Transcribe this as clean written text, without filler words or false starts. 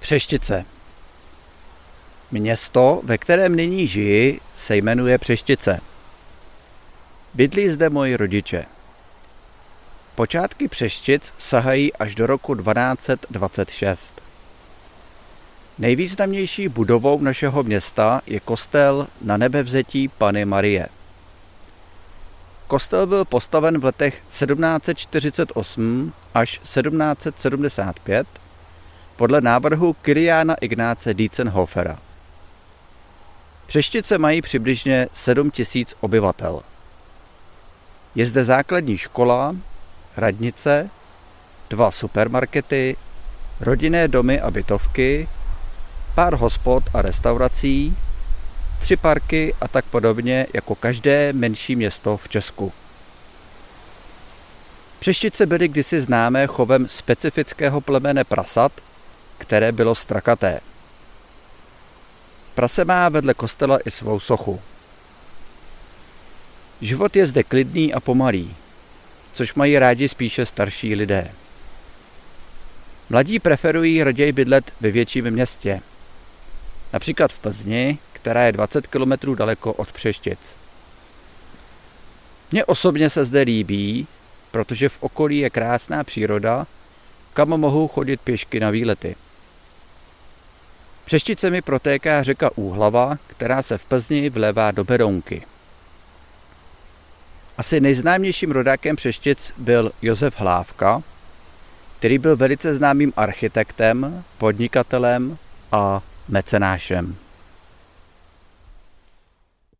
Přeštice. Město, ve kterém nyní žiji, se jmenuje Přeštice. Bydlí zde moji rodiče. Počátky Přeštic sahají až do roku 1226. Nejvýznamnější budovou našeho města je kostel Nanebevzetí Panny Marie. Kostel byl postaven v letech 1748 až 1775 podle návrhu Kyriána Ignáce Dientzenhofera. Přeštice mají přibližně 7 000 obyvatel. Je zde základní škola, radnice, 2 supermarkety, rodinné domy a bytovky, pár hospod a restaurací, 3 parky a tak podobně jako každé menší město v Česku. Přeštice byly kdysi známé chovem specifického plemene prasat, které bylo strakaté. Prase má vedle kostela i svou sochu. Život je zde klidný a pomalý, což mají rádi spíše starší lidé. Mladí preferují raději bydlet ve větším městě, například v Plzni, která je 20 km daleko od Přeštic. Mně osobně se zde líbí, protože v okolí je krásná příroda, kam mohu chodit pěšky na výlety. Přešticemi protéká řeka Úhlava, která se v Plzni vlévá do Berounky. Asi nejznámějším rodákem Přeštic byl Josef Hlávka, který byl velice známým architektem, podnikatelem a mecenášem.